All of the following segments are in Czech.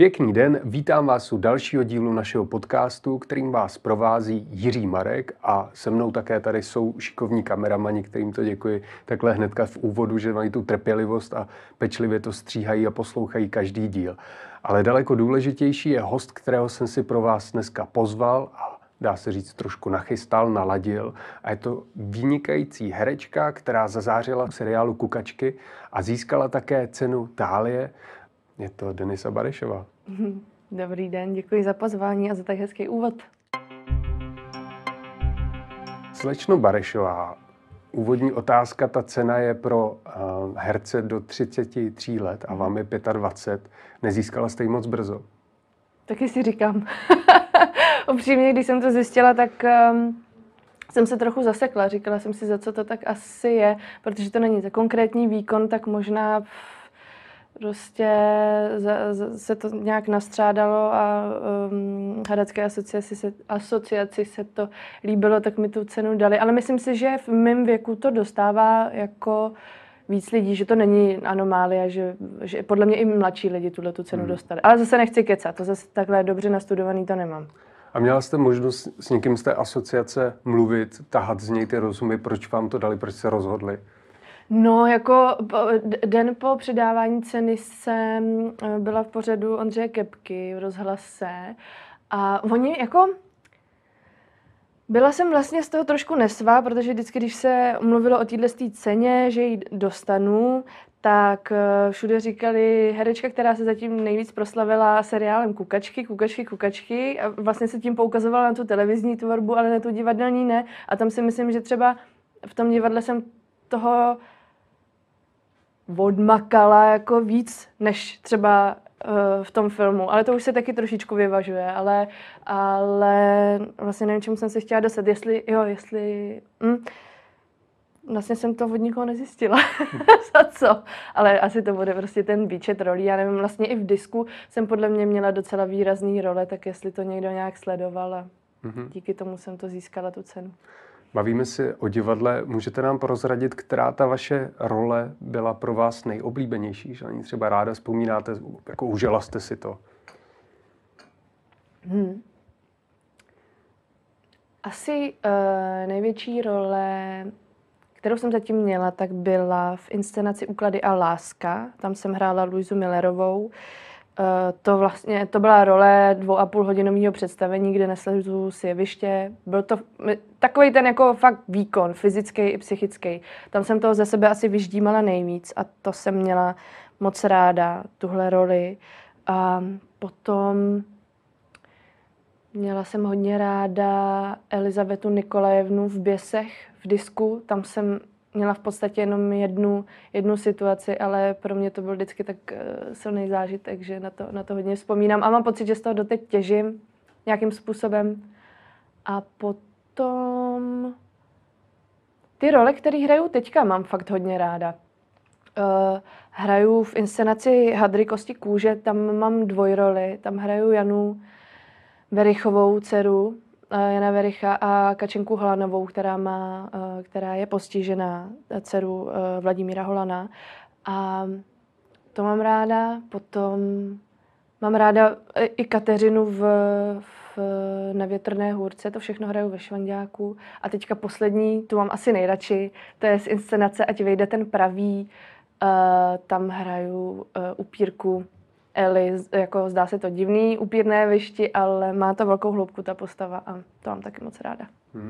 Pěkný den, vítám vás u dalšího dílu našeho podcastu, kterým vás provází Jiří Marek a se mnou také tady jsou šikovní kameramani, kterým to děkuji takhle hnedka v úvodu, že mají tu trpělivost a pečlivě to stříhají a poslouchají každý díl. Ale daleko důležitější je host, kterého jsem si pro vás dneska pozval a dá se říct trošku nachystal, naladil. A je to vynikající herečka, která zazářila v seriálu Kukačky a získala také cenu Thálie. Je to Denisa Barešová. Dobrý den, děkuji za pozvání a za tak hezký úvod. Slečno Barešová, úvodní otázka, ta cena je pro herce do 33 let a vám je 25. Nezískala jste ji moc brzo? Taky si říkám. Upřímně, když jsem to zjistila, tak jsem se trochu zasekla. Říkala jsem si, za co to tak asi je, protože to není za konkrétní výkon, tak možná prostě se to nějak nastřádalo a herecké asociaci se to líbilo, tak mi tu cenu dali. Ale myslím si, že v mém věku to dostává jako víc lidí, že to není anomálie, že podle mě i mladší lidi tu cenu dostali. Ale zase nechci kecat, to zase takhle dobře nastudovaný to nemám. A měla jste možnost s někým z té asociace mluvit, tahat z něj ty rozumy, proč vám to dali, proč se rozhodli? No, jako den po předávání ceny jsem byla v pořadu Ondřeje Kepky v rozhlase a oni jako... Byla jsem vlastně z toho trošku nesvá, protože vždycky, když se mluvilo o této ceně, že ji dostanu, tak všude říkali herečka, která se zatím nejvíc proslavila seriálem Kukačky a vlastně se tím poukazovala na tu televizní tvorbu, ale na tu divadelní ne. A tam si myslím, že třeba v tom divadle jsem toho odmakala jako víc, než třeba v tom filmu. Ale to už se taky trošičku vyvažuje, ale vlastně nevím, čemu jsem se chtěla dostat. Vlastně jsem to od nikoho nezjistila. Za co? Ale asi to bude prostě ten výčet rolí. Já nevím, vlastně i v Disku jsem podle mě měla docela výrazný role, tak jestli to někdo nějak sledoval a díky tomu jsem to získala, tu cenu. Bavíme si o divadle. Můžete nám prozradit, která ta vaše role byla pro vás nejoblíbenější? Že na ní třeba ráda vzpomínáte, jako užila jste si to? Asi největší role, kterou jsem zatím měla, tak byla v inscenaci Úklady a láska. Tam jsem hrála Luizu Millerovou. To byla role 2,5hodinového představení, kde nesleduju si jeviště. Byl to takový ten jako fakt výkon, fyzický i psychický. Tam jsem toho ze sebe asi vyždímala nejvíc a to jsem měla moc ráda, tuhle roli. A potom měla jsem hodně ráda Elizabetu Nikolajevnu v Běsech v Disku. Tam jsem měla v podstatě jenom jednu situaci, ale pro mě to byl vždycky tak silný zážitek, že na to hodně vzpomínám. A mám pocit, že z toho doteď těžím nějakým způsobem. A potom ty role, které hraju teďka, mám fakt hodně ráda. Hraju v inscenaci Hadry kosti kůže, tam mám dvojroli. Tam hraju Janu Verichovou, dceru Jana Vericha a Kačenku Holanovou, která je postižená, dceru Vladimíra Holana. A to mám ráda. Potom mám ráda i Kateřinu na Větrné hůrce, to všechno hraju ve Švanďáku. A teďka poslední, tu mám asi nejradši, to je z inscenace Ať vejde ten pravý. Tam hraju upírku Eli, jako zdá se to divný, upírné višti, ale má to velkou hloubku ta postava a to mám taky moc ráda.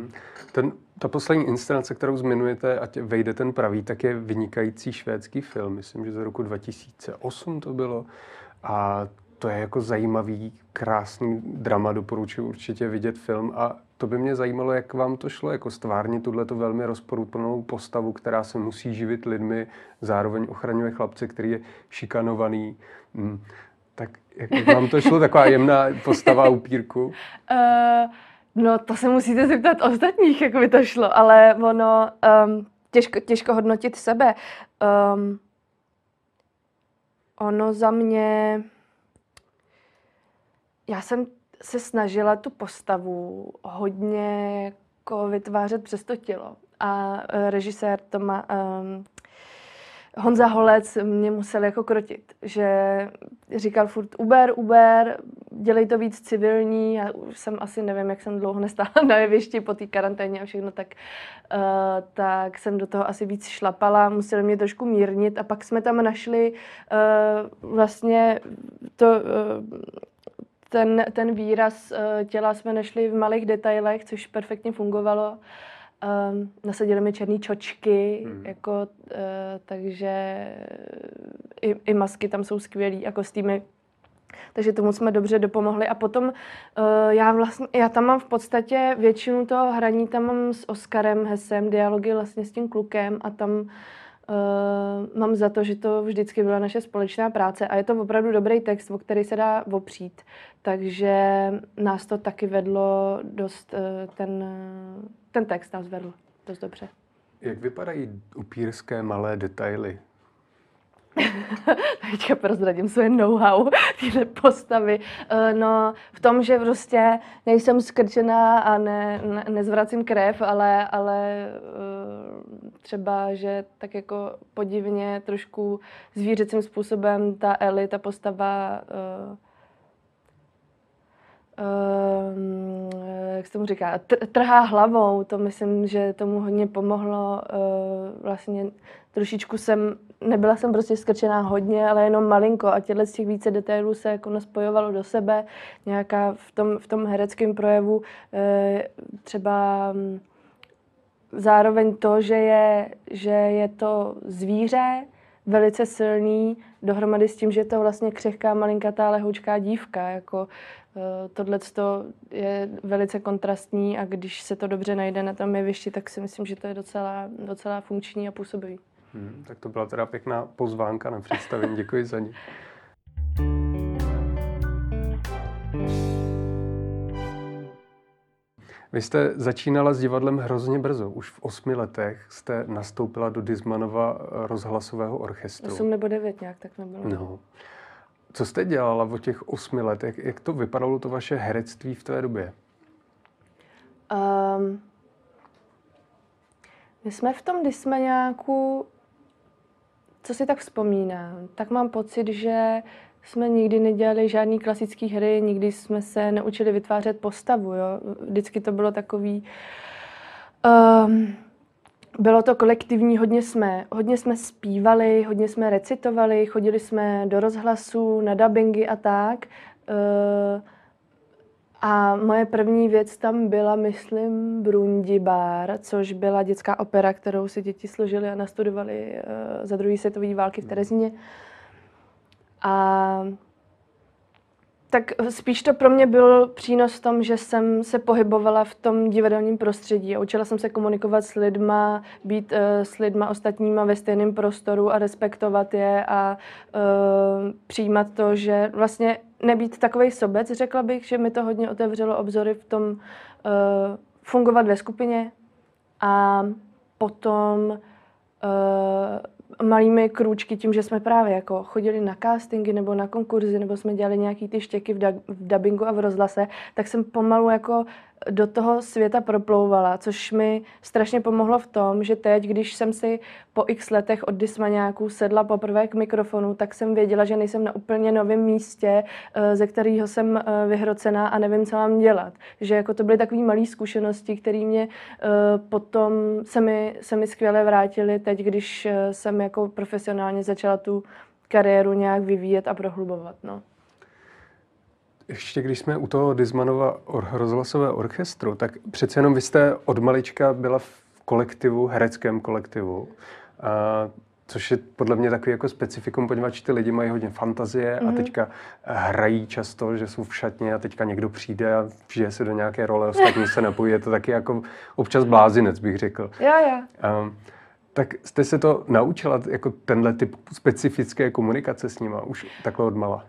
Ta poslední inscenace, kterou zmiňujete, Ať vejde ten pravý, tak je vynikající švédský film. Myslím, že z roku 2008 to bylo. A to je jako zajímavý, krásný drama, doporučuji určitě vidět film. A to by mě zajímalo, jak vám to šlo, jako stvárnit tuhleto velmi rozporuplnou postavu, která se musí živit lidmi, zároveň ochraňuje chlapce, který je šikanovaný. Tak jak vám to šlo, taková jemná postava upírku? No to se musíte zeptat ostatních, jak by to šlo, ale ono těžko hodnotit sebe. Ono za mě... Já jsem se snažila tu postavu hodně jako vytvářet přes to tělo. A režisér Honza Holec mě musel jako krotit, že říkal furt Uber, dělej to víc civilní. Já už jsem asi nevím, jak jsem dlouho nestála na jevišti po té karanténě a všechno, tak jsem do toho asi víc šlapala, museli mě trošku mírnit a pak jsme tam našli vlastně ten výraz těla jsme našli v malých detailech, což perfektně fungovalo. Nasadili mi černý čočky, jako, takže i masky tam jsou skvělý a kostýmy. Takže tomu jsme dobře dopomohli. A potom já tam mám v podstatě většinu toho hraní, tam mám s Oskarem Hesem dialogy vlastně s tím klukem a tam mám za to, že to vždycky byla naše společná práce a je to opravdu dobrý text, o který se dá opřít. Takže nás to taky vedlo dost, ten text nás vedl dost dobře. Jak vypadají upírské malé detaily? Teďka prozradím svoje know-how téhle postavy. No, v tom, že prostě nejsem skrčená a nezvracím krev, ale třeba, že tak jako podivně trošku zvířecím způsobem ta Ellie, ta postava, jak se tomu říká, trhá hlavou. To myslím, že tomu hodně pomohlo. Vlastně trošičku nebyla jsem prostě skrčená hodně, ale jenom malinko a těchto z těch více detailů se jako naspojovalo do sebe. Nějaká v tom hereckém projevu třeba zároveň to, že je to zvíře velice silný, dohromady s tím, že je to vlastně křehká, malinkatá, lehoučká dívka. Jako, tohleto je velice kontrastní a když se to dobře najde na tom jevišti, tak si myslím, že to je docela funkční a působivý. Tak to byla teda pěkná pozvánka na představení. Děkuji za ní. Vy jste začínala s divadlem hrozně brzo. Už v 8 letech jste nastoupila do Dismanova rozhlasového orchestru. 8 nebo 9 nějak, tak nebylo. No. Co jste dělala v těch 8 letech? Jak to vypadalo to vaše herectví v té době? My jsme v tom Dismaňáku, co si tak vzpomínám, tak mám pocit, že jsme nikdy nedělali žádný klasický hry, nikdy jsme se neučili vytvářet postavu. Jo? Vždycky to bylo takový... Bylo to kolektivní, hodně jsme zpívali, hodně jsme recitovali, chodili jsme do rozhlasu, na dabingy a tak. A moje první věc tam byla, myslím, Brundibár, což byla dětská opera, kterou si děti složily a nastudovali za druhé světové války v Terezíně. A tak spíš to pro mě byl přínos v tom, že jsem se pohybovala v tom divadelním prostředí a učila jsem se komunikovat s lidma, být s lidma ostatníma ve stejném prostoru a respektovat je a přijímat to, že vlastně nebýt takovej sobec, řekla bych, že mi to hodně otevřelo obzory v tom fungovat ve skupině a potom malými krůčky tím, že jsme právě jako chodili na castingy nebo na konkurzy, nebo jsme dělali nějaký ty štěky v dabingu a v rozhlase, tak jsem pomalu jako do toho světa proplouvala, což mi strašně pomohlo v tom, že teď, když jsem si po x letech od Dismaňáků sedla poprvé k mikrofonu, tak jsem věděla, že nejsem na úplně novém místě, ze kterého jsem vyhrocená a nevím, co mám dělat. Že jako to byly takové malé zkušenosti, které mě potom se mi skvěle vrátily teď, když jsem jako profesionálně začala tu kariéru nějak vyvíjet a prohlubovat. No. Ještě když jsme u toho Dismanova rozhlasového orchestru, tak přece jenom vy jste od malička byla v kolektivu, hereckém kolektivu, což je podle mě takový jako specifikum, poněvadž ty lidi mají hodně fantazie a teďka hrají často, že jsou v šatně a teďka někdo přijde a vžije se do nějaké role, ostatní se napojí. Je to taky jako občas blázinec, bych řekl. Jo. Tak jste se to naučila, jako tenhle typ specifické komunikace s nima už takhle odmala?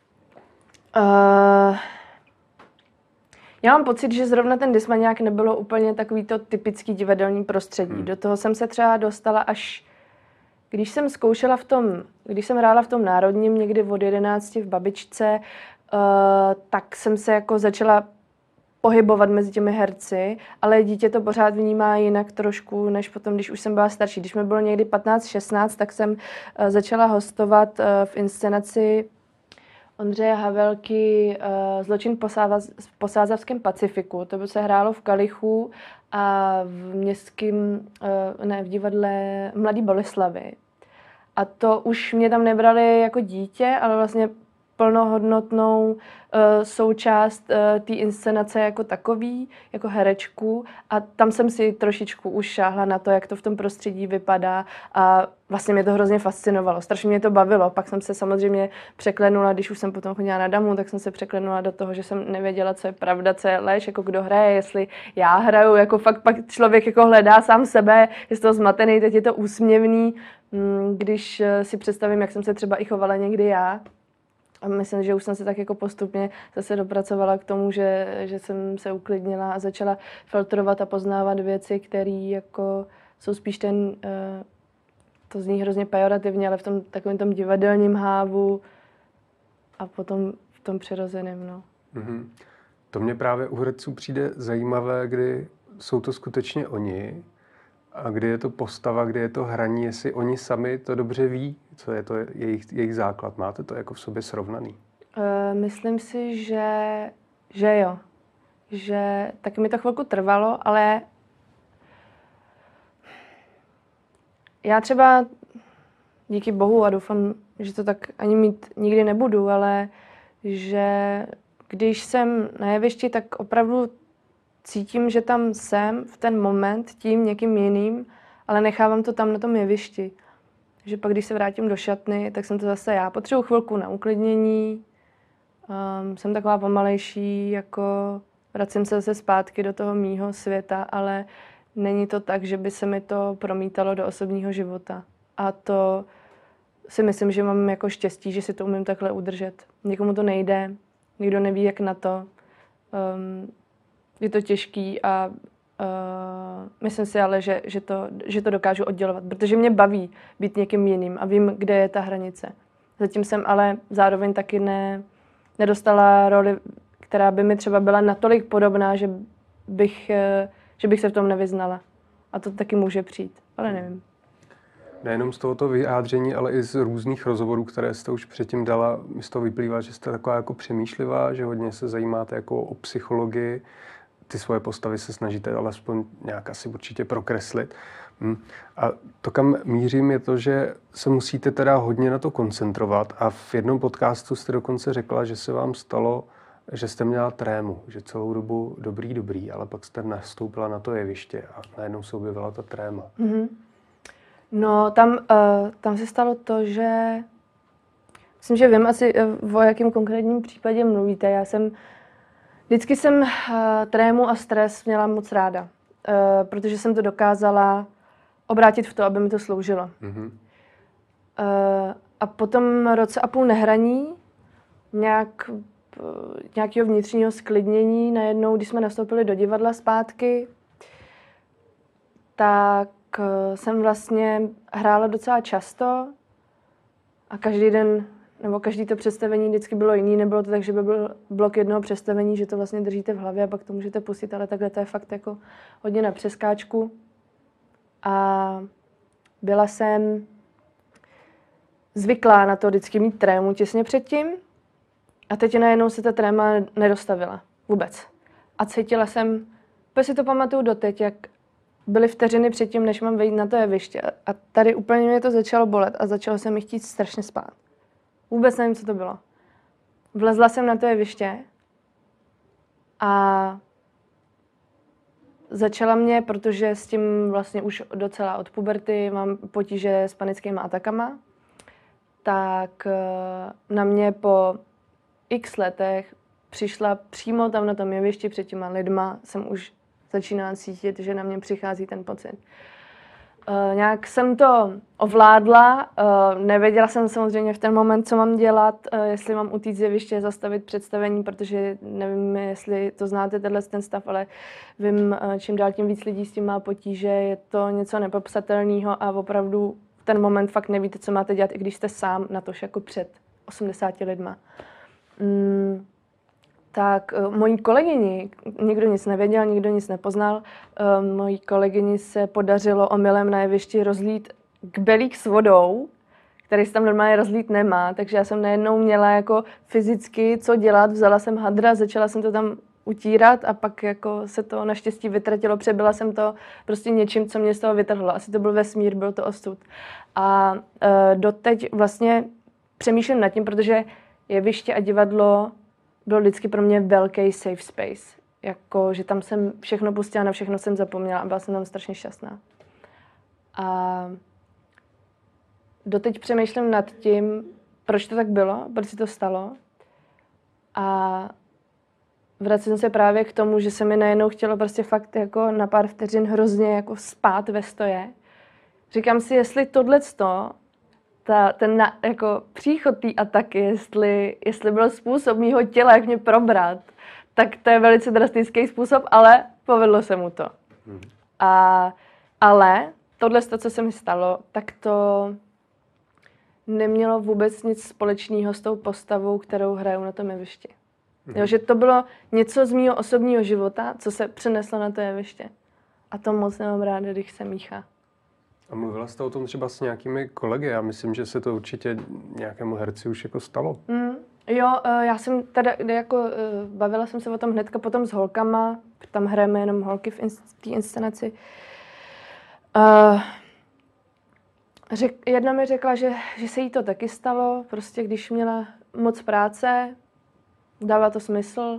Já mám pocit, že zrovna ten Dismaňák nebylo úplně takový to typický divadelní prostředí. Do toho jsem se třeba dostala až, když jsem hrála v tom Národním někdy od 11 v Babičce, tak jsem se jako začala pohybovat mezi těmi herci, ale dítě to pořád vnímá jinak trošku, než potom, když už jsem byla starší. Když mi bylo někdy 15-16, tak jsem začala hostovat v inscenaci Ondřeje Havelky Zločin v posázavském Pacifiku. To by se hrálo v Kalichu a v v divadle Mladý Boleslavy. A to už mě tam nebrali jako dítě, ale vlastně plnohodnotnou součást té inscenace jako takový, jako herečku. A tam jsem si trošičku už šáhla na to, jak to v tom prostředí vypadá. A vlastně mě to hrozně fascinovalo. Strašně mě to bavilo. Pak jsem se samozřejmě překlenula, když už jsem potom chodila na damu, tak jsem se překlenula do toho, že jsem nevěděla, co je pravda, co je lež, jako kdo hraje, jestli já hraju, jako fakt pak člověk jako hledá sám sebe, je z toho zmatený, teď je to úsměvný, když si představím, jak jsem se třeba i chovala někdy já. A myslím, že už jsem se tak jako postupně zase dopracovala k tomu, že jsem se uklidnila a začala filtrovat a poznávat věci, které jako jsou spíš to zní hrozně pejorativně, ale v tom takovém tom divadelním hávu a potom v tom přirozeném. No. Mm-hmm. To mě právě u herců přijde zajímavé, kdy jsou to skutečně oni a kdy je to postava, kdy je to hraní, jestli oni sami to dobře ví, co je to jejich základ. Máte to jako v sobě srovnaný? Myslím si, že jo. Že taky mi to chvilku trvalo, ale já třeba díky bohu a doufám, že to tak ani mít nikdy nebudu, ale že když jsem na jevišti, tak opravdu cítím, že tam jsem v ten moment tím někým jiným, ale nechávám to tam na tom jevišti. Že pak, když se vrátím do šatny, tak jsem to zase já. Potřebuji chvilku na uklidnění, jsem taková pomalejší, jako vracím se zase zpátky do toho mýho světa, ale není to tak, že by se mi to promítalo do osobního života. A to si myslím, že mám jako štěstí, že si to umím takhle udržet. Někomu to nejde, nikdo neví, jak na to. Je to těžký a myslím si ale, že to dokážu oddělovat, protože mě baví být někým jiným a vím, kde je ta hranice. Zatím jsem ale zároveň taky nedostala roli, která by mi třeba byla natolik podobná, že bych se v tom nevyznala. A to taky může přijít, ale nevím. Nejenom z tohoto vyjádření, ale i z různých rozhovorů, které jste už předtím dala, mi z toho vyplývá, že jste taková jako přemýšlivá, že hodně se zajímáte jako o psychologii. Ty svoje postavy se snažíte alespoň nějak asi určitě prokreslit. A to, kam mířím, je to, že se musíte teda hodně na to koncentrovat a v jednom podcastu jste dokonce řekla, že se vám stalo, že jste měla trému, že celou dobu dobrý, ale pak jste nastoupila na to jeviště a najednou se objevila ta tréma. Mm-hmm. No, tam se stalo to, že myslím, že vím asi, o jakém konkrétním případě mluvíte. Vždycky jsem trému a stres měla moc ráda, protože jsem to dokázala obrátit v to, aby mi to sloužilo. Mm-hmm. A po tom roce a půl nehraní, nějakého vnitřního sklidnění, najednou, když jsme nastoupili do divadla zpátky, tak jsem vlastně hrála docela často a každý den, nebo každý to představení vždycky bylo jiný, nebylo to tak, že by byl blok jednoho představení, že to vlastně držíte v hlavě a pak to můžete pustit, ale takhle to je fakt jako hodně na přeskáčku. A byla jsem zvyklá na to vždycky mít trému těsně předtím a teď najednou se ta tréma nedostavila vůbec. A cítila jsem, si to pamatuju doteď, jak byly vteřiny předtím, než mám vejít na to jeviště. A tady úplně mě to začalo bolet a začalo se mi chtít strašně spát. Vůbec nevím, co to bylo. Vlezla jsem na to jeviště a začala mě, protože s tím vlastně už docela od puberty mám potíže s panickými atakama, tak na mě po x letech přišla přímo tam na tom jevišti před těma lidma, jsem už začínala cítit, že na mě přichází ten pocit. Nějak jsem to ovládla, nevěděla jsem samozřejmě v ten moment, co mám dělat, jestli mám utíct z jeviště, zastavit představení, protože nevím, jestli to znáte, ten stav, ale vím, čím dál tím víc lidí s tím má potíže, je to něco nepopsatelného a opravdu v ten moment fakt nevíte, co máte dělat, i když jste sám, na to jako před 80 lidma. tak mojí kolegyni, nikdo nic nevěděl, nikdo nic nepoznal, mojí kolegyni se podařilo omylem na jevišti rozlít kbelík s vodou, který se tam normálně rozlít nemá, takže já jsem najednou měla jako fyzicky co dělat, vzala jsem hadra, začala jsem to tam utírat a pak jako se to naštěstí vytratilo, přebyla jsem to prostě něčím, co mě z toho vytrhlo. Asi to byl vesmír, byl to osud. A doteď vlastně přemýšlím nad tím, protože jeviště a divadlo bylo vždycky pro mě velký safe space. Jako, že tam jsem všechno pustila, na všechno jsem zapomněla a byla jsem tam strašně šťastná. A doteď přemýšlím nad tím, proč to tak bylo, proč se to stalo. A vracím se právě k tomu, že se mi najednou chtělo prostě fakt jako na pár vteřin hrozně jako spát ve stoje. Říkám si, jestli tohleto, ten jako příchod té ataky, jestli byl způsob mýho těla, jak mě probrat, tak to je velice drastický způsob, ale povedlo se mu to. Ale tohle, co se mi stalo, tak to nemělo vůbec nic společného s tou postavou, kterou hraju na tom jevišti. Jo, že to bylo něco z mýho osobního života, co se přeneslo na to jeviště. A to moc nemám ráda, když se míchá. A mluvila jste o tom třeba s nějakými kolegy? Já myslím, že se to určitě nějakému herci už jako stalo. Jo, já jsem teda jako bavila jsem se o tom hnedka potom s holkama. Tam hrajeme jenom holky v té inscenaci. Jedna mi řekla, že se jí to taky stalo, prostě když měla moc práce, dává to smysl.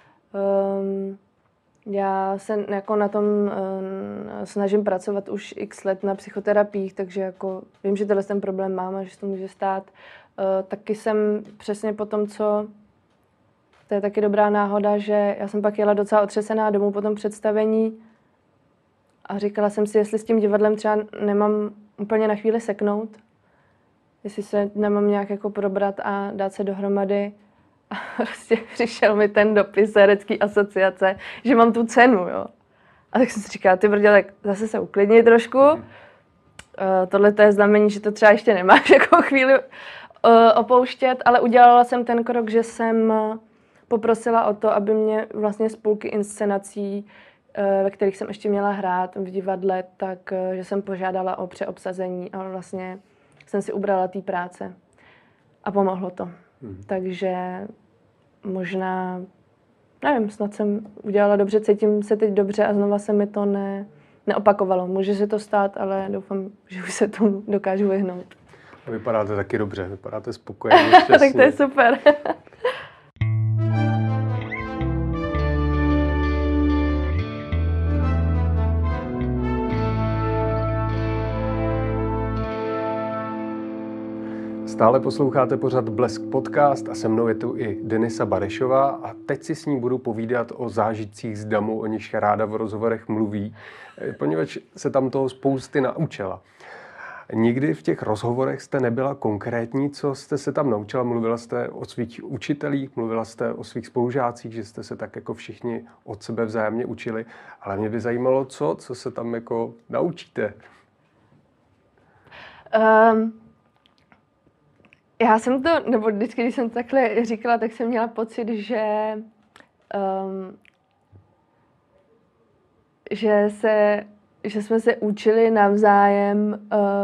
Já se jako na tom snažím pracovat už x let na psychoterapiích, takže jako vím, že ten problém mám a že se to může stát. Taky jsem přesně po tom, co... To je taky dobrá náhoda, že já jsem pak jela docela otřesená domů po tom představení a říkala jsem si, jestli s tím divadlem třeba nemám úplně na chvíli seknout, jestli se nemám nějak jako probrat a dát se dohromady. A prostě přišel mi ten dopis herecké asociace, že mám tu cenu, jo. A tak jsem si říkala, ty brdě, tak zase se uklidni trošku. Tohle to je znamení, že to třeba ještě nemáš jako chvíli opouštět, ale udělala jsem ten krok, že jsem poprosila o to, aby mě vlastně z půlky inscenací, ve kterých jsem ještě měla hrát v divadle, tak že jsem požádala o přeobsazení a vlastně jsem si ubrala té práce. A pomohlo to. Takže možná, nevím, snad jsem udělala dobře, cítím se teď dobře a znova se mi to neopakovalo. Může se to stát, ale doufám, že už se tomu dokážu vyhnout. Vypadáte taky dobře, vypadáte spokojeně, šťastně. Tak to je super. Stále posloucháte pořad Blesk podcast a se mnou je tu i Denisa Barešová a teď si s ní budu povídat o zážitcích z Damu, o nichž ráda v rozhovorech mluví, poněvadž se tam toho spousty naučila. Nikdy v těch rozhovorech jste nebyla konkrétní, co jste se tam naučila? Mluvila jste o svých učitelích, mluvila jste o svých spolužácích, že jste se tak jako všichni od sebe vzájemně učili, ale mě by zajímalo, co se tam jako naučíte? Já jsem to, nebo vždycky, když jsem takhle říkala, tak jsem měla pocit, že jsme se učili navzájem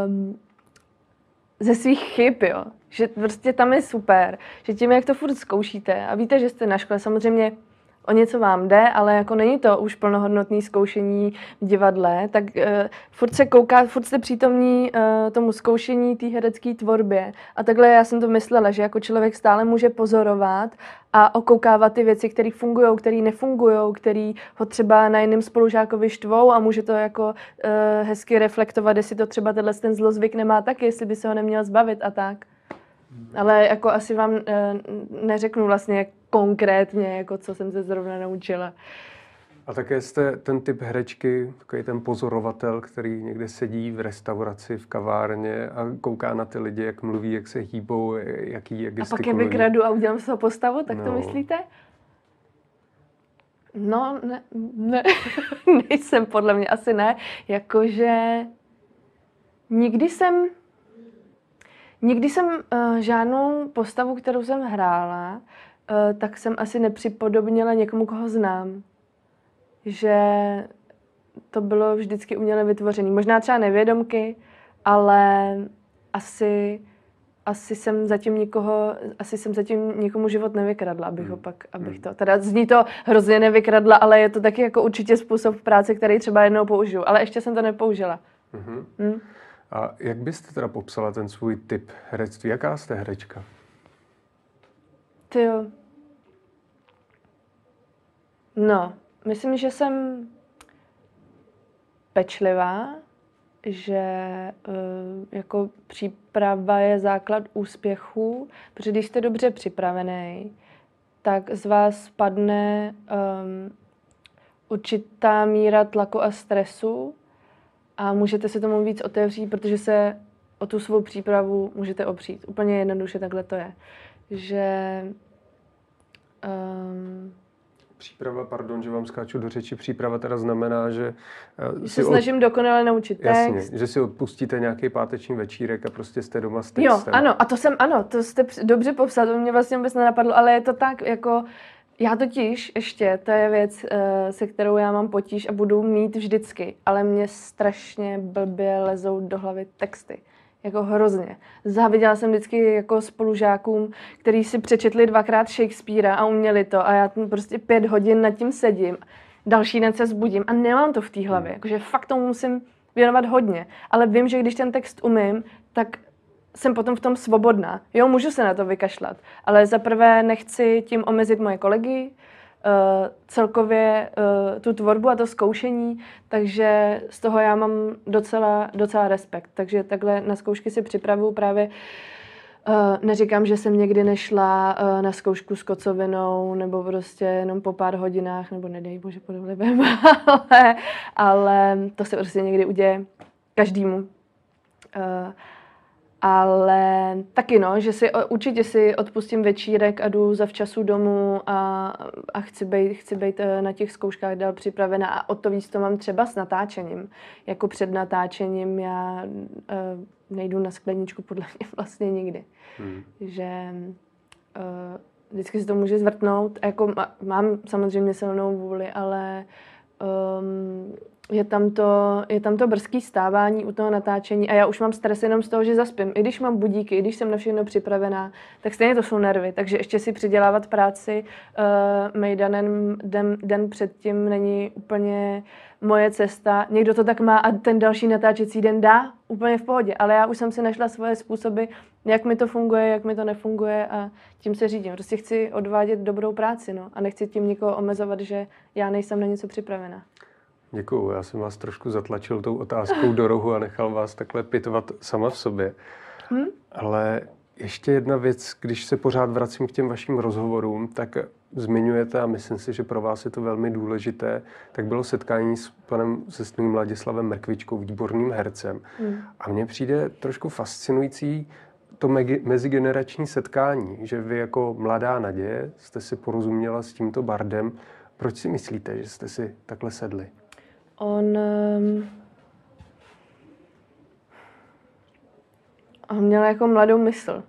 ze svých chyb, jo. Že prostě tam je super, že tím, jak to furt zkoušíte a víte, že jste na škole, samozřejmě o něco vám jde, ale jako není to už plnohodnotné zkoušení v divadle, tak furt se kouká, furt jste přítomní tomu zkoušení té herecké tvorbě. A takhle já jsem to myslela, že jako člověk stále může pozorovat a okoukávat ty věci, které fungují, které nefungují, které ho třeba na jiném spolužákovi štvou a může to jako hezky reflektovat, jestli to třeba ten zlozvyk nemá taky, jestli by se ho neměl zbavit a tak. Ale jako asi vám neřeknu vlastně konkrétně, jako co jsem se zrovna naučila. A také jste ten typ herečky, takový ten pozorovatel, který někde sedí v restauraci, v kavárně a kouká na ty lidi, jak mluví, jak se hýbou, jak gestikulují. A pak je vykradu a udělám z toho postavu, tak to myslíte? No, ne. Nejsem, podle mě asi ne. Jakože nikdy jsem žádnou postavu, kterou jsem hrála, tak jsem asi nepřipodobnila někomu, koho znám. Že to bylo vždycky uměle vytvořené. Možná třeba nevědomky, ale asi jsem zatím někomu život nevykradla, abych to. Teda zní to hrozně nevykradla, ale je to taky jako určitě způsob práce, který třeba jednou použiju. Ale ještě jsem to nepoužila. A jak byste teda popsala ten svůj typ herectví? Jaká jste herečka? Tyjo. No, myslím, že jsem pečlivá, že jako příprava je základ úspěchu, protože když jste dobře připravený, tak z vás spadne určitá míra tlaku a stresu a můžete se tomu víc otevřít, protože se o tu svou přípravu můžete opřít. Úplně jednoduše takhle to je. Že Příprava, pardon, že vám skáču do řeči, příprava teda znamená, že se snažím dokonale naučit text. Jasně, že si odpustíte nějaký páteční večírek a prostě jste doma s textem. Jo, ano, to jste dobře popsal, to mě vlastně vůbec nenapadlo, ale je to tak, jako já totiž ještě, to je věc, se kterou já mám potíž a budu mít vždycky, ale mě strašně blbě lezou do hlavy texty. Jako hrozně. Záviděla jsem vždycky jako spolužákům, kteří si přečetli 2krát Shakespearea a uměli to a já prostě 5 hodin nad tím sedím. Další den se zbudím a nemám to v té hlavě. Jakože fakt tomu musím věnovat hodně. Ale vím, že když ten text umím, tak jsem potom v tom svobodná. Jo, můžu se na to vykašlat, ale zaprvé nechci tím omezit moje kolegy, celkově tu tvorbu a to zkoušení, takže z toho já mám docela respekt. Takže takhle na zkoušky si připravuju právě. Neříkám, že jsem někdy nešla na zkoušku s kocovinou nebo prostě jenom po pár hodinách, nebo nedej bože pod vlivem, ale to se prostě někdy uděje každému. Ale taky no, že určitě si odpustím večírek a jdu zavčasu domů a chci být na těch zkouškách dál připravená a o to víc to mám třeba s natáčením. Jako před natáčením já nejdu na skleničku podle mě vlastně nikdy. Že vždycky se to může zvrtnout. Jako mám samozřejmě silnou vůli, ale je tam to brzký stávání u toho natáčení a já už mám stres jenom z toho, že zaspím. I když mám budíky, i když jsem na všechno připravená, tak stejně to jsou nervy. Takže ještě si přidělávat práci mejdanem den předtím není úplně moje cesta. Někdo to tak má a ten další natáčecí den dá úplně v pohodě. Ale já už jsem si našla svoje způsoby, jak mi to funguje, jak mi to nefunguje a tím se řídím. Prostě chci odvádět dobrou práci, no, a nechci tím nikoho omezovat, že já nejsem na něco připravená. Děkuju, já jsem vás trošku zatlačil tou otázkou do rohu a nechal vás takhle pitvat sama v sobě. Ale ještě jedna věc, když se pořád vracím k těm vašim rozhovorům, tak zmiňujete, a myslím si, že pro vás je to velmi důležité, tak bylo setkání s panem sestným Ladislavem Mrkvičkou, výborným hercem. A mně přijde trošku fascinující to mezigenerační setkání, že vy jako mladá Naděje jste si porozuměla s tímto bardem. Proč si myslíte, že jste si takhle sedli? On měl jako mladou mysl.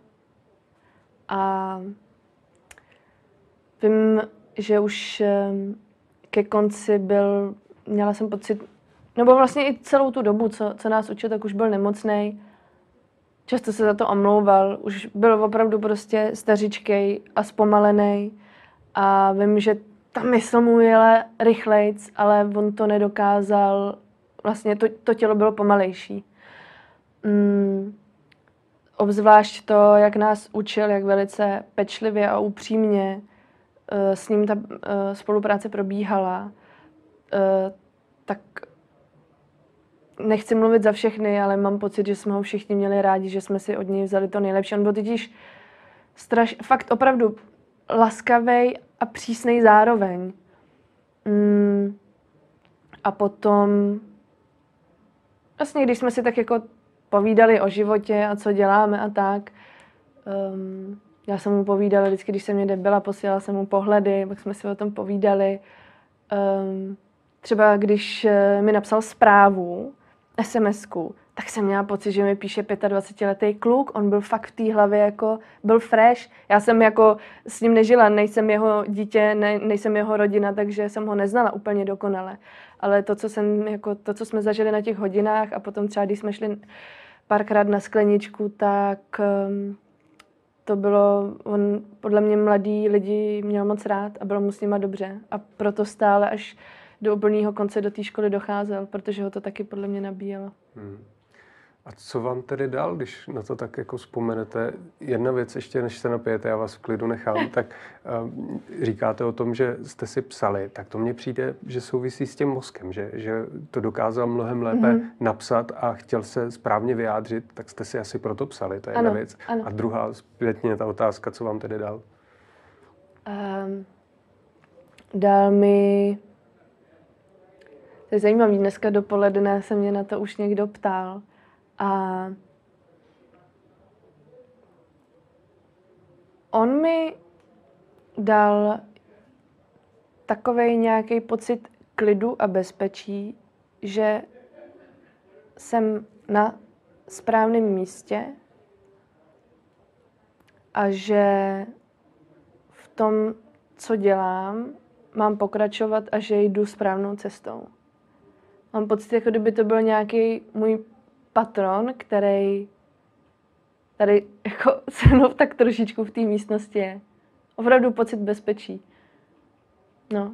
A vím, že už ke konci měla jsem pocit, nebo vlastně i celou tu dobu, co nás učil, tak už byl nemocnej. Často se za to omlouval, už byl opravdu prostě stařičkej a zpomalenej. A vím, že ta mysl mu jela rychlejc, ale on to nedokázal, vlastně to tělo bylo pomalejší. Obzvlášť to, jak nás učil, jak velice pečlivě a upřímně s ním ta spolupráce probíhala, tak nechci mluvit za všechny, ale mám pocit, že jsme ho všichni měli rádi, že jsme si od něj vzali to nejlepší. On byl totiž fakt opravdu laskavej a přísnej zároveň. A potom vlastně, když jsme si tak jako povídali o životě a co děláme a tak, já jsem mu povídala vždycky, když jsem někde byla, posílala jsem mu pohledy, pak jsme si o tom povídali. Třeba když mi napsal zprávu, SMS-ku, tak jsem měla pocit, že mi píše 25letý kluk, on byl fakt v té hlavě jako, byl fresh. Já jsem jako s ním nežila, nejsem jeho dítě, nejsem jeho rodina, takže jsem ho neznala úplně dokonale. Ale to, co jsme zažili na těch hodinách a potom třeba, když jsme šli párkrát na skleničku, tak to bylo, on podle mě mladý lidi měl moc rád a bylo mu s nima dobře. A proto stále až do úplného konce do té školy docházel, protože ho to taky podle mě nabíjelo. A co vám tedy dal, když na to tak jako vzpomenete? Jedna věc ještě, než se napijete, já vás v klidu nechám, tak říkáte o tom, že jste si psali, tak to mně přijde, že souvisí s tím mozkem, že to dokázal mnohem lépe napsat a chtěl se správně vyjádřit, tak jste si asi proto psali, to je jedna věc. Ano. A druhá zpětně ta otázka, co vám tedy dal? Dal mi... To je zajímavý, dneska dopoledne se mě na to už někdo ptal. A on mi dal takovej nějaký pocit klidu a bezpečí, že jsem na správném místě a že v tom, co dělám, mám pokračovat a že jdu správnou cestou. Mám pocit, jako kdyby to byl nějaký můj patron, který tady jako se mnou tak trošičku v té místnosti je. Opravdu pocit bezpečí. No.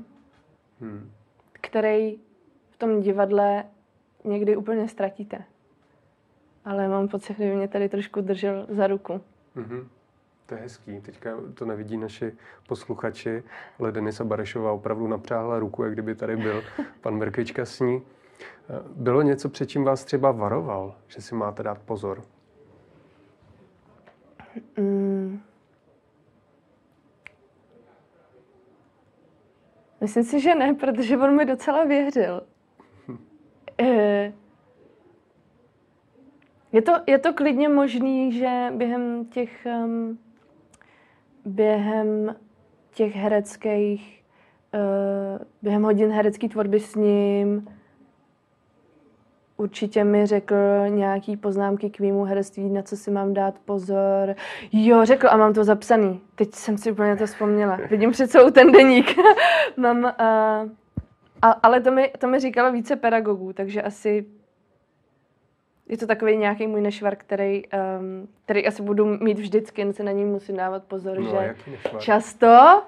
Který v tom divadle někdy úplně ztratíte. Ale mám pocit, že by mě tady trošku držel za ruku. To je hezký. Teďka to nevidí naši posluchači, ale Denisa Barešová opravdu napřáhla ruku, jak kdyby tady byl pan Mrkvička s ní. Bylo něco, před čím vás třeba varoval, že si máte dát pozor? Myslím si, že ne, protože on mi docela věřil. Je to klidně možný, že během hodin herecké tvorby s ním určitě mi řekl nějaký poznámky k mému herectví, na co si mám dát pozor. Jo, řekl a mám to zapsaný. Teď jsem si úplně to vzpomněla. Vidím před sebou ten deník. Ale to mi říkalo více pedagogů, takže asi je to takový nějaký můj nešvar, který asi budu mít vždycky, jen se na něj musím dávat pozor, že často,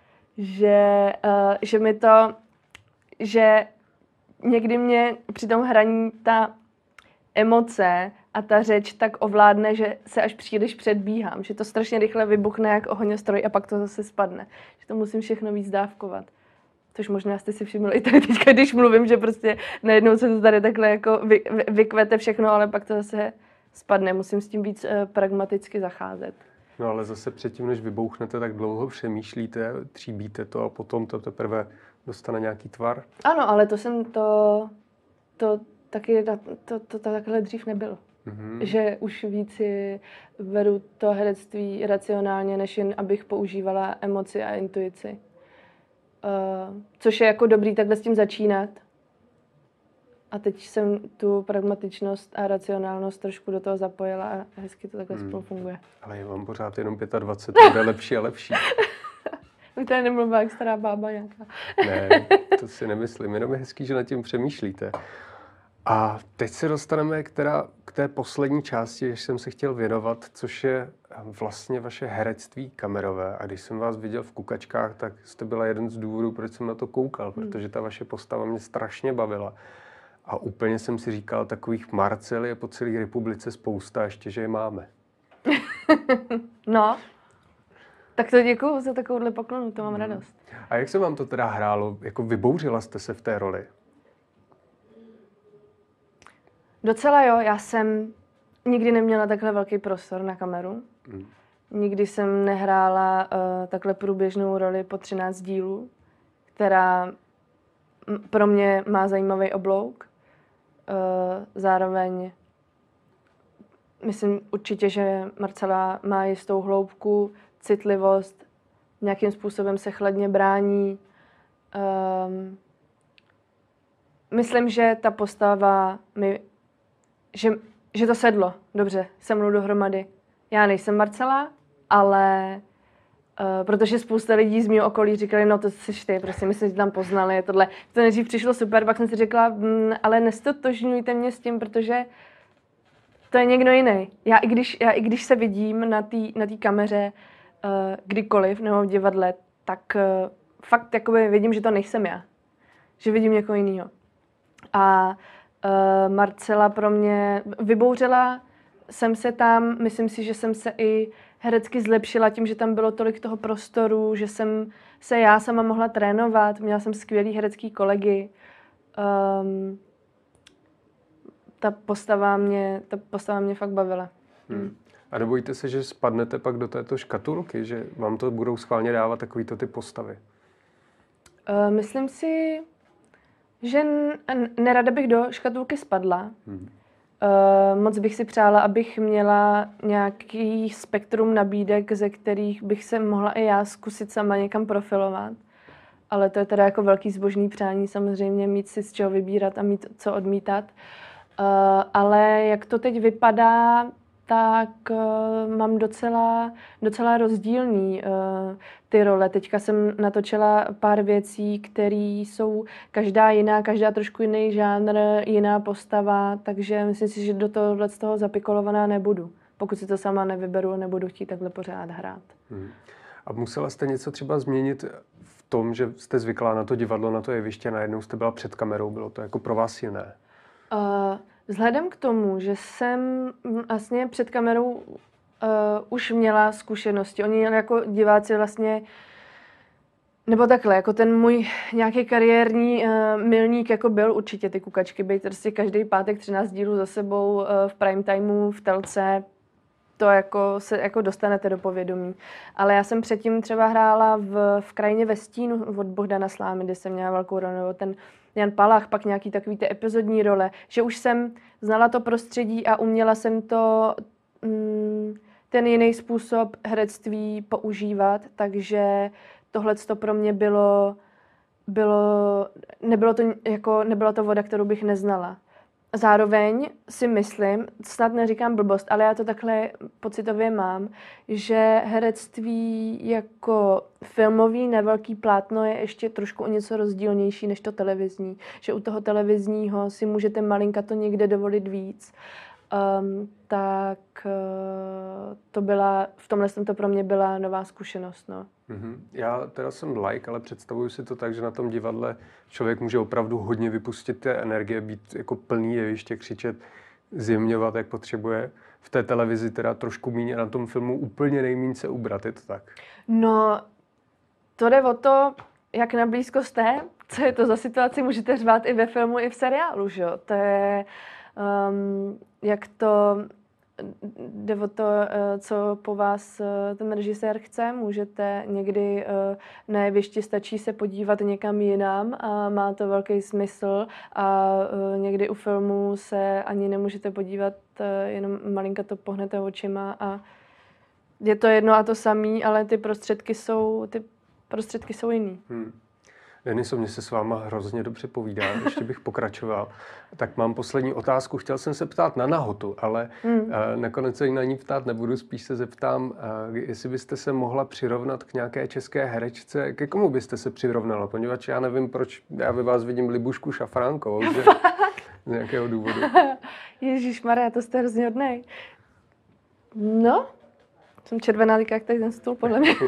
že někdy mě při tom hraní ta emoce a ta řeč tak ovládne, že se až příliš předbíhám, že to strašně rychle vybuchne jak ohňostroj a pak to zase spadne. Že to musím všechno víc dávkovat. Což možná jste si všimli i tady teďka, když mluvím, že prostě najednou se to tady takhle jako vykvete všechno, ale pak to zase spadne. Musím s tím víc pragmaticky zacházet. No ale zase předtím, než vybouchnete, tak dlouho přemýšlíte, tříbíte to a potom to teprve dostane nějaký tvar. Ano, ale to takhle dřív nebylo. Že už víc beru to herectví racionálně, než jen abych používala emoci a intuici. Což je jako dobrý takhle s tím začínat. A teď jsem tu pragmatičnost a racionálnost trošku do toho zapojila a hezky to takhle spolu funguje. Ale je vám pořád jenom 25, to bude lepší a lepší. Už tady nemluvila jak stará bába nějaká. Ne, to si nemyslím, jenom je hezký, že nad tím přemýšlíte. A teď se dostaneme k té poslední části, jež jsem se chtěl věnovat, což je vlastně vaše herectví kamerové. A když jsem vás viděl v Kukačkách, tak jste byla jeden z důvodů, proč jsem na to koukal, protože ta vaše postava mě strašně bavila. A úplně jsem si říkal, takových Marcel je po celé republice spousta, ještě, že je máme. No, tak to děkuju za takovouhle poklonu, to mám radost. A jak se vám to teda hrálo? Jako vybouřila jste se v té roli? Docela jo, já jsem nikdy neměla takhle velký prostor na kameru. Nikdy jsem nehrála takhle průběžnou roli po 13 dílů, která pro mě má zajímavý oblouk. Zároveň myslím určitě, že Marcela má jistou hloubku, citlivost, nějakým způsobem se chladně brání. Myslím, že ta postava mi že to sedlo dobře se mnou dohromady. Já nejsem Marcela, ale protože spousta lidí z mého okolí říkali, no to jsi ty, prostě my jsme tě tam poznali, tohle. To nejdřív přišlo super, pak jsem si řekla, ale nestotožňujte mě s tím, protože to je někdo jiný. Já i když se vidím na té kameře kdykoliv nebo v divadle, tak fakt jakoby vidím, že to nejsem já. Že vidím někoho jiného. A Marcela pro mě vybouřila jsem se tam, myslím si, že jsem se i herecky zlepšila tím, že tam bylo tolik toho prostoru, že jsem se já sama mohla trénovat, měla jsem skvělý herecký kolegy. Ta postava mě fakt bavila. A nebojíte se, že spadnete pak do této škatulky, že vám to budou schválně dávat takovýto ty postavy? Myslím si, že nerada bych do škatulky spadla. Moc bych si přála, abych měla nějaký spektrum nabídek, ze kterých bych se mohla i já zkusit sama někam profilovat. Ale to je teda jako velký zbožný přání samozřejmě mít si z čeho vybírat a mít co odmítat. Ale jak to teď vypadá, tak mám docela rozdílný ty role. Teďka jsem natočila pár věcí, které jsou každá jiná, každá trošku jiný žánr, jiná postava, takže myslím si, že do tohohle z toho zapikolovaná nebudu. Pokud si to sama nevyberu, nebudu chtít takhle pořád hrát. A musela jste něco třeba změnit v tom, že jste zvyklá na to divadlo, na to jeviště, najednou jste byla před kamerou, bylo to jako pro vás jiné? Vzhledem k tomu, že jsem vlastně před kamerou už měla zkušenosti. Oni jako diváci vlastně, nebo takhle, jako ten můj nějaký kariérní milník jako byl určitě ty Kukačky, být prostě každý pátek 13 dílů za sebou v prime timeu, v telce, to jako se jako dostanete do povědomí. Ale já jsem předtím třeba hrála v Krajině ve stínu od Bohdana Slámy, kde jsem měla velkou roli, nebo ten Jan Palach, pak nějaký takový ty epizodní role, že už jsem znala to prostředí a uměla jsem to ten jiný způsob herectví používat, takže tohleto pro mě nebyla to voda, kterou bych neznala. Zároveň si myslím, snad neříkám blbost, ale já to takhle pocitově mám, že herectví jako filmový na velký plátno je ještě trošku o něco rozdílnější než to televizní. Že u toho televizního si můžete malinka to někde dovolit víc. Tak v tomhle to pro mě byla nová zkušenost. No. Já teda jsem laik, ale představuju si to tak, že na tom divadle člověk může opravdu hodně vypustit té energie, být jako plný jeviště, křičet, zjemňovat, jak potřebuje. V té televizi teda trošku míň a na tom filmu úplně nejmíň se ubrat, je to tak? No, to jde o to, jak na blízko jste, co je to za situaci, můžete řvát i ve filmu, i v seriálu, že jo? To je, jak to jde o to, co po vás ten režisér chce. Můžete někdy na jevišti stačí se podívat někam jinam a má to velký smysl a někdy u filmu se ani nemůžete podívat, jenom malinka to pohnete očima a je to jedno a to samý, ale ty prostředky jsou jiný. Deniso, mně se s váma hrozně dobře povídá, ještě bych pokračoval. Tak mám poslední otázku. Chtěl jsem se ptát na nahotu, ale nakonec se na ní ptát nebudu, spíš se zeptám, jestli byste se mohla přirovnat k nějaké české herečce, ke komu byste se přirovnala, poněvadž já nevím, proč já ve vás vidím Libušku Šafránkovou, že z nějakého důvodu. Ježišmarja, to jste hrozně hodnej. No, jsem červená jak tady ten stůl, podle mě.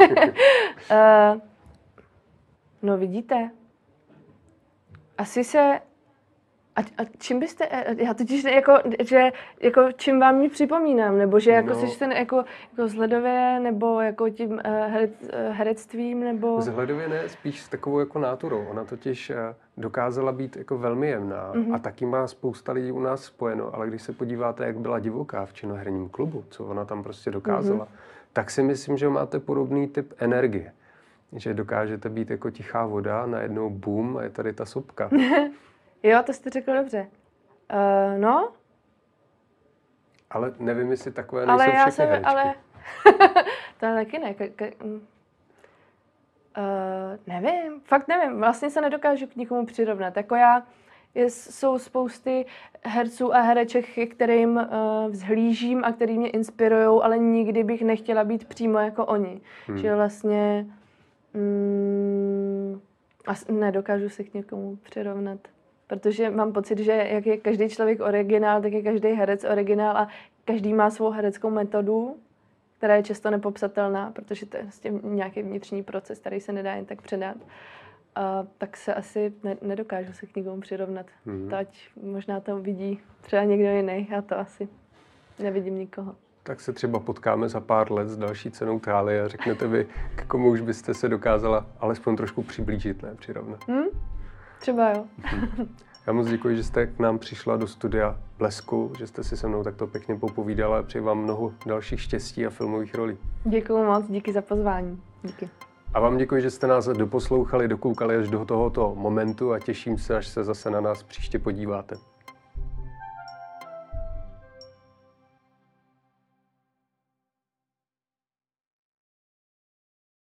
No vidíte, asi se, a čím byste, já totiž jako čím vám ji připomínám, nebo že jako jsi ten jako vzhledově, nebo jako tím herectvím, nebo... Vzhledově ne, spíš s takovou jako náturou. Ona totiž dokázala být jako velmi jemná a taky má spousta lidí u nás spojeno, ale když se podíváte, jak byla divoká v Činoherním klubu, co ona tam prostě dokázala, tak si myslím, že máte podobný typ energie. Že dokážete být jako tichá voda, najednou boom a je tady ta sopka. Jo, to jste řekl dobře. No. Ale nevím, jestli takové nejsou všechny herečky. Ale to taky ne. Nevím, fakt nevím. Vlastně se nedokážu k nikomu přirovnat. Jako já Jsou spousty herců a hereček, kterým vzhlížím a který mě inspirujou, ale nikdy bych nechtěla být přímo jako oni. Že vlastně nedokážu se k někomu přirovnat. Protože mám pocit, že jak je každý člověk originál, tak je každý herec originál a každý má svou hereckou metodu, která je často nepopsatelná, protože to je vlastně nějaký vnitřní proces, který se nedá jen tak předat. Tak se asi nedokážu se k někomu přirovnat. Ať možná to vidí třeba někdo jiný, já to asi nevidím nikoho. Tak se třeba potkáme za pár let s další cenou Thálie a řeknete vy, k komu už byste se dokázala alespoň trošku přiblížit, ne přirovnat. Třeba jo. Já moc děkuji, že jste k nám přišla do studia Blesku, že jste si se mnou takto pěkně popovídala a přeji vám mnoho dalších štěstí a filmových rolí. Děkuji moc, díky za pozvání. Díky. A vám děkuji, že jste nás doposlouchali, dokoukali až do tohoto momentu a těším se, až se zase na nás příště podíváte.